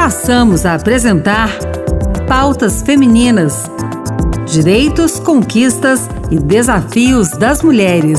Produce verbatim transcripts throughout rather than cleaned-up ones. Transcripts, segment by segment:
Passamos a apresentar Pautas Femininas: Direitos, Conquistas e Desafios das Mulheres.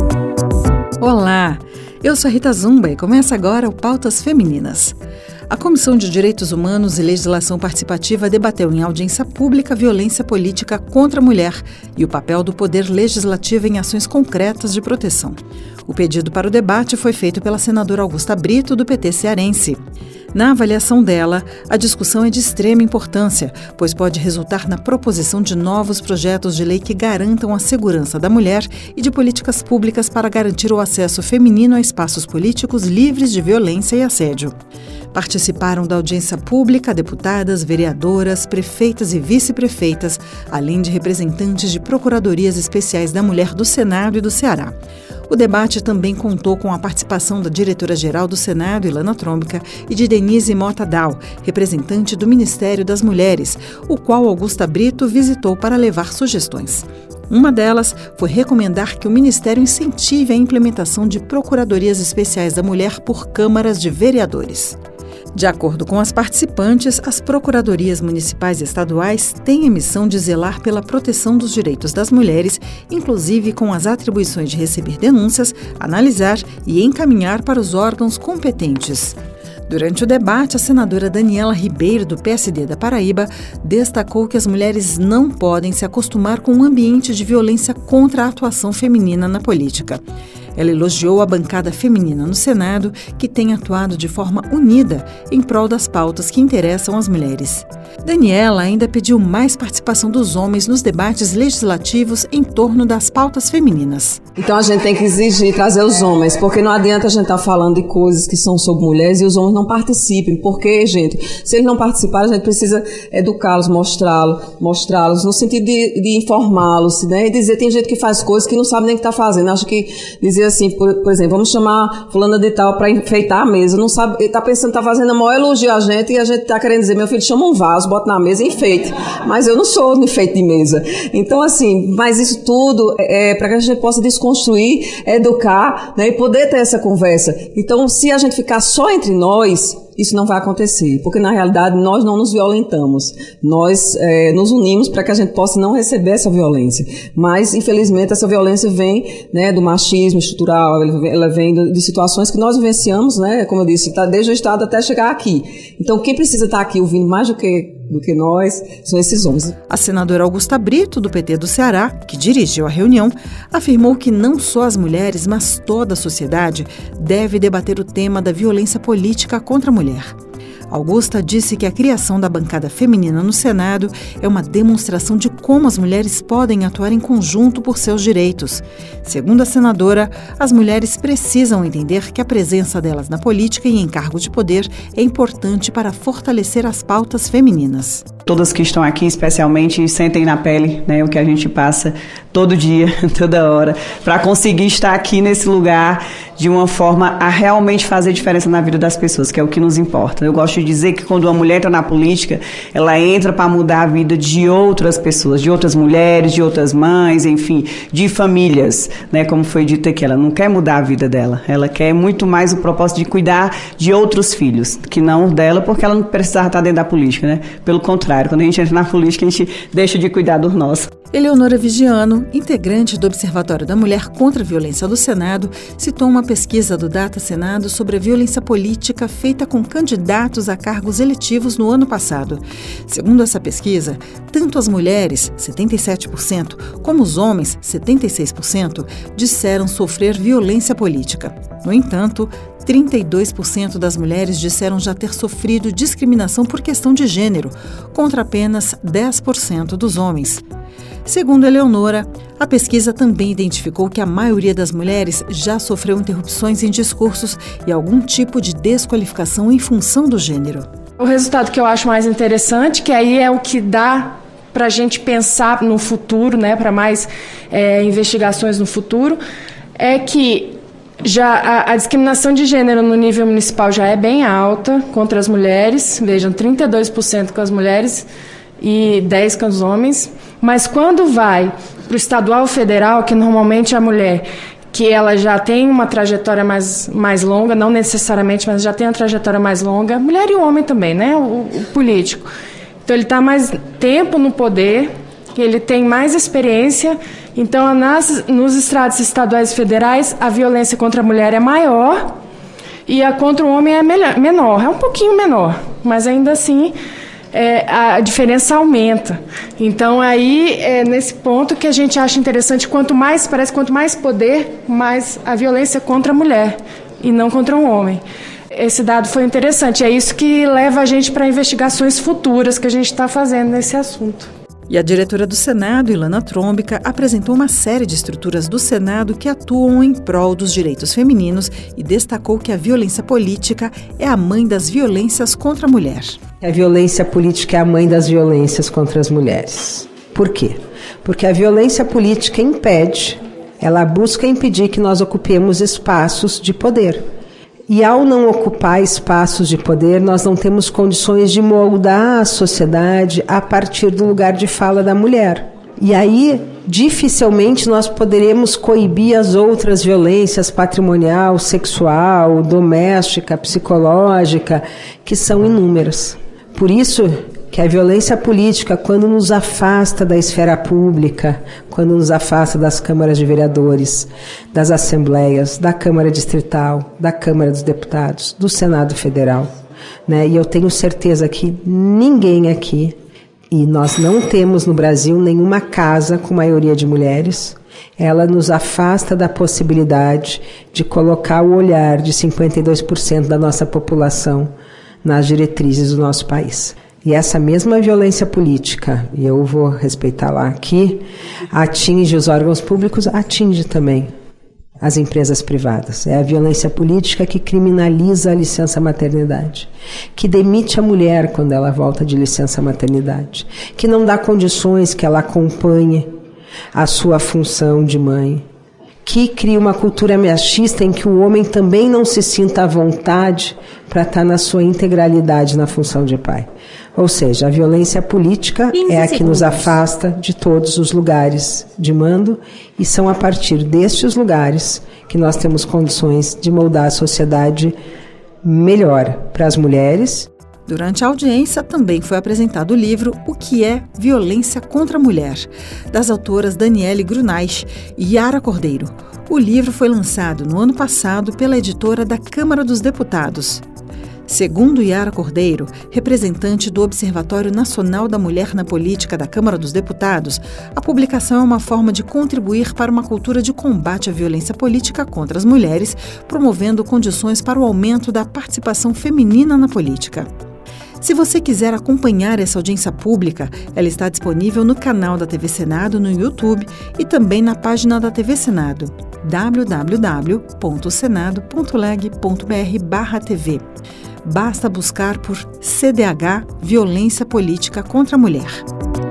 Olá, eu sou a Rita Zumba e começa agora o Pautas Femininas. A Comissão de Direitos Humanos e Legislação Participativa debateu em audiência pública a violência política contra a mulher e o papel do Poder Legislativo em ações concretas de proteção. O pedido para o debate foi feito pela senadora Augusta Brito, do P T cearense. Na avaliação dela, a discussão é de extrema importância, pois pode resultar na proposição de novos projetos de lei que garantam a segurança da mulher e de políticas públicas para garantir o acesso feminino a espaços políticos livres de violência e assédio. Participaram da audiência pública deputadas, vereadoras, prefeitas e vice-prefeitas, além de representantes de procuradorias especiais da mulher do Senado e do Ceará. O debate também contou com a participação da diretora-geral do Senado, Ilana Trombica, e de Denise Mota Dal, representante do Ministério das Mulheres, o qual Augusta Brito visitou para levar sugestões. Uma delas foi recomendar que o Ministério incentive a implementação de procuradorias especiais da mulher por câmaras de vereadores. De acordo com as participantes, as procuradorias municipais e estaduais têm a missão de zelar pela proteção dos direitos das mulheres, inclusive com as atribuições de receber denúncias, analisar e encaminhar para os órgãos competentes. Durante o debate, a senadora Daniela Ribeiro, do P S D da Paraíba, destacou que as mulheres não podem se acostumar com um ambiente de violência contra a atuação feminina na política. Ela elogiou a bancada feminina no Senado, que tem atuado de forma unida em prol das pautas que interessam as mulheres. Daniela ainda pediu mais participação dos homens nos debates legislativos em torno das pautas femininas. Então a gente tem que exigir trazer os homens, porque não adianta a gente estar tá falando de coisas que são sobre mulheres e os homens não participem. Porque, gente, se eles não participarem, a gente precisa educá-los, mostrá-los, mostrá-los no sentido de, de informá-los, né? E dizer, tem gente que faz coisas que não sabe nem o que está fazendo. Acho que dizer assim, por, por exemplo, vamos chamar fulana de tal para enfeitar a mesa, não sabe, ele está pensando que está fazendo a maior elogio a gente e a gente está querendo dizer, meu filho, chama um vaso, bota na mesa e enfeite. Mas eu não sou no enfeite de mesa. Então, assim, mas isso tudo é para que a gente possa desconstruir, educar, né, e poder ter essa conversa. Então, se a gente ficar só entre nós, isso não vai acontecer, porque na realidade nós não nos violentamos, nós é, nos unimos para que a gente possa não receber essa violência, mas infelizmente essa violência vem, né, do machismo estrutural, ela vem de situações que nós vivenciamos, né, como eu disse, tá desde o Estado até chegar aqui. Então quem precisa estar aqui ouvindo mais do que do que nós, são esses homens. A senadora Augusta Brito, do P T do Ceará, que dirigiu a reunião, afirmou que não só as mulheres, mas toda a sociedade deve debater o tema da violência política contra a mulher. Augusta disse que a criação da bancada feminina no Senado é uma demonstração de como as mulheres podem atuar em conjunto por seus direitos. Segundo a senadora, as mulheres precisam entender que a presença delas na política e em cargos de poder é importante para fortalecer as pautas femininas. Todas que estão aqui, especialmente, sentem na pele, né, o que a gente passa todo dia, toda hora, para conseguir estar aqui nesse lugar de uma forma a realmente fazer diferença na vida das pessoas, que é o que nos importa. Eu gosto de dizer que quando uma mulher está na política, ela entra para mudar a vida de outras pessoas, de outras mulheres, de outras mães, enfim, de famílias, né, como foi dito aqui. Ela não quer mudar a vida dela, ela quer muito mais o propósito de cuidar de outros filhos, que não dela, porque ela não precisava estar dentro da política, né? Pelo contrário, quando a gente entra na política, a gente deixa de cuidar dos nossos. Eleonora Vigiano, integrante do Observatório da Mulher contra a Violência do Senado, citou uma pesquisa do Data Senado sobre a violência política feita com candidatos a cargos eletivos no ano passado. Segundo essa pesquisa, tanto as mulheres, setenta e sete por cento, como os homens, setenta e seis por cento, disseram sofrer violência política. No entanto, trinta e dois por cento das mulheres disseram já ter sofrido discriminação por questão de gênero, contra apenas dez por cento dos homens. Segundo Eleonora, a pesquisa também identificou que a maioria das mulheres já sofreu interrupções em discursos e algum tipo de desqualificação em função do gênero. O resultado que eu acho mais interessante, que aí é o que dá para a gente pensar no futuro, né, para mais é, investigações no futuro, é que já a, a discriminação de gênero no nível municipal já é bem alta contra as mulheres, vejam, trinta e dois por cento com as mulheres e dez por cento com os homens, mas quando vai para o estadual federal, que normalmente a mulher que ela já tem uma trajetória mais, mais longa, não necessariamente, mas já tem uma trajetória mais longa, mulher e homem também, né, o, o político. Então ele está mais tempo no poder, ele tem mais experiência, então nas, nos estrados estaduais e federais a violência contra a mulher é maior e a contra o homem é melhor, menor, é um pouquinho menor, mas ainda assim é, a diferença aumenta. Então aí é nesse ponto que a gente acha interessante, quanto mais, parece quanto mais poder, mais a violência contra a mulher e não contra o homem. Esse dado foi interessante, é isso que leva a gente para investigações futuras que a gente está fazendo nesse assunto. E a diretora do Senado, Ilana Trombica, apresentou uma série de estruturas do Senado que atuam em prol dos direitos femininos e destacou que a violência política é a mãe das violências contra a mulher. A violência política é a mãe das violências contra as mulheres. Por quê? Porque a violência política impede, ela busca impedir que nós ocupemos espaços de poder. E ao não ocupar espaços de poder, nós não temos condições de moldar a sociedade a partir do lugar de fala da mulher. E aí, dificilmente nós poderemos coibir as outras violências patrimonial, sexual, doméstica, psicológica, que são inúmeras. Por isso que a violência política, quando nos afasta da esfera pública, quando nos afasta das câmaras de vereadores, das assembleias, da Câmara Distrital, da Câmara dos Deputados, do Senado Federal, né? E eu tenho certeza que ninguém aqui, e nós não temos no Brasil nenhuma casa com maioria de mulheres, ela nos afasta da possibilidade de colocar o olhar de cinquenta e dois por cento da nossa população nas diretrizes do nosso país. E essa mesma violência política, e eu vou respeitá-la aqui, atinge os órgãos públicos, atinge também as empresas privadas. É a violência política que criminaliza a licença maternidade, que demite a mulher quando ela volta de licença maternidade, que não dá condições que ela acompanhe a sua função de mãe, que cria uma cultura machista em que o homem também não se sinta à vontade para estar na sua integralidade na função de pai. Ou seja, a violência política é a que nos afasta de todos os lugares de mando e são a partir destes lugares que nós temos condições de moldar a sociedade melhor para as mulheres. Durante a audiência também foi apresentado o livro O que é Violência contra a Mulher, das autoras Daniele Grunais e Yara Cordeiro. O livro foi lançado no ano passado pela editora da Câmara dos Deputados. Segundo Yara Cordeiro, representante do Observatório Nacional da Mulher na Política da Câmara dos Deputados, a publicação é uma forma de contribuir para uma cultura de combate à violência política contra as mulheres, promovendo condições para o aumento da participação feminina na política. Se você quiser acompanhar essa audiência pública, ela está disponível no canal da T V Senado no YouTube e também na página da T V Senado, w w w ponto senado ponto leg ponto b r barra t v. Basta buscar por C D H Violência Política contra a Mulher.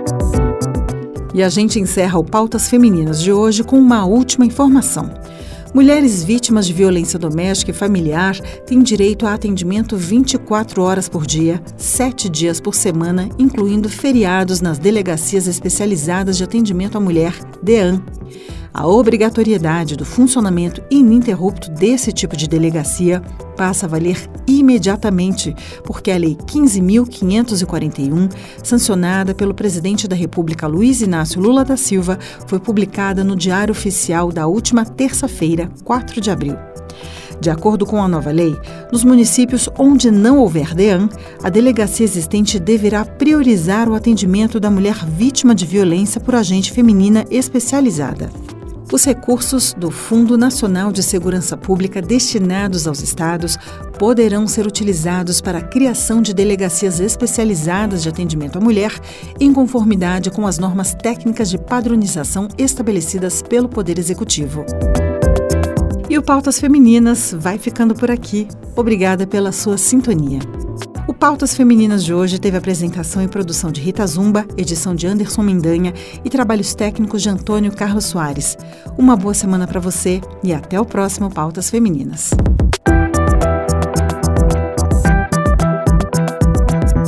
E a gente encerra o Pautas Femininas de hoje com uma última informação. Mulheres vítimas de violência doméstica e familiar têm direito a atendimento vinte e quatro horas por dia, sete dias por semana, incluindo feriados nas delegacias especializadas de atendimento à mulher, DEAN. A obrigatoriedade do funcionamento ininterrupto desse tipo de delegacia passa a valer imediatamente, porque a Lei quinze mil quinhentos e quarenta e um, sancionada pelo presidente da República Luiz Inácio Lula da Silva, foi publicada no Diário Oficial da última terça-feira, quatro de abril. De acordo com a nova lei, nos municípios onde não houver DEAN, a delegacia existente deverá priorizar o atendimento da mulher vítima de violência por agente feminina especializada. Os recursos do Fundo Nacional de Segurança Pública destinados aos estados poderão ser utilizados para a criação de delegacias especializadas de atendimento à mulher, em conformidade com as normas técnicas de padronização estabelecidas pelo Poder Executivo. E o Pautas Femininas vai ficando por aqui. Obrigada pela sua sintonia. O Pautas Femininas de hoje teve apresentação e produção de Rita Zumba, edição de Anderson Mendanha e trabalhos técnicos de Antônio Carlos Soares. Uma boa semana para você e até o próximo Pautas Femininas.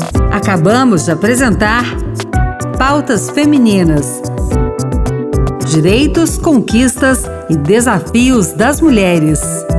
Acabamos de apresentar Pautas Femininas. Direitos, conquistas e desafios das mulheres.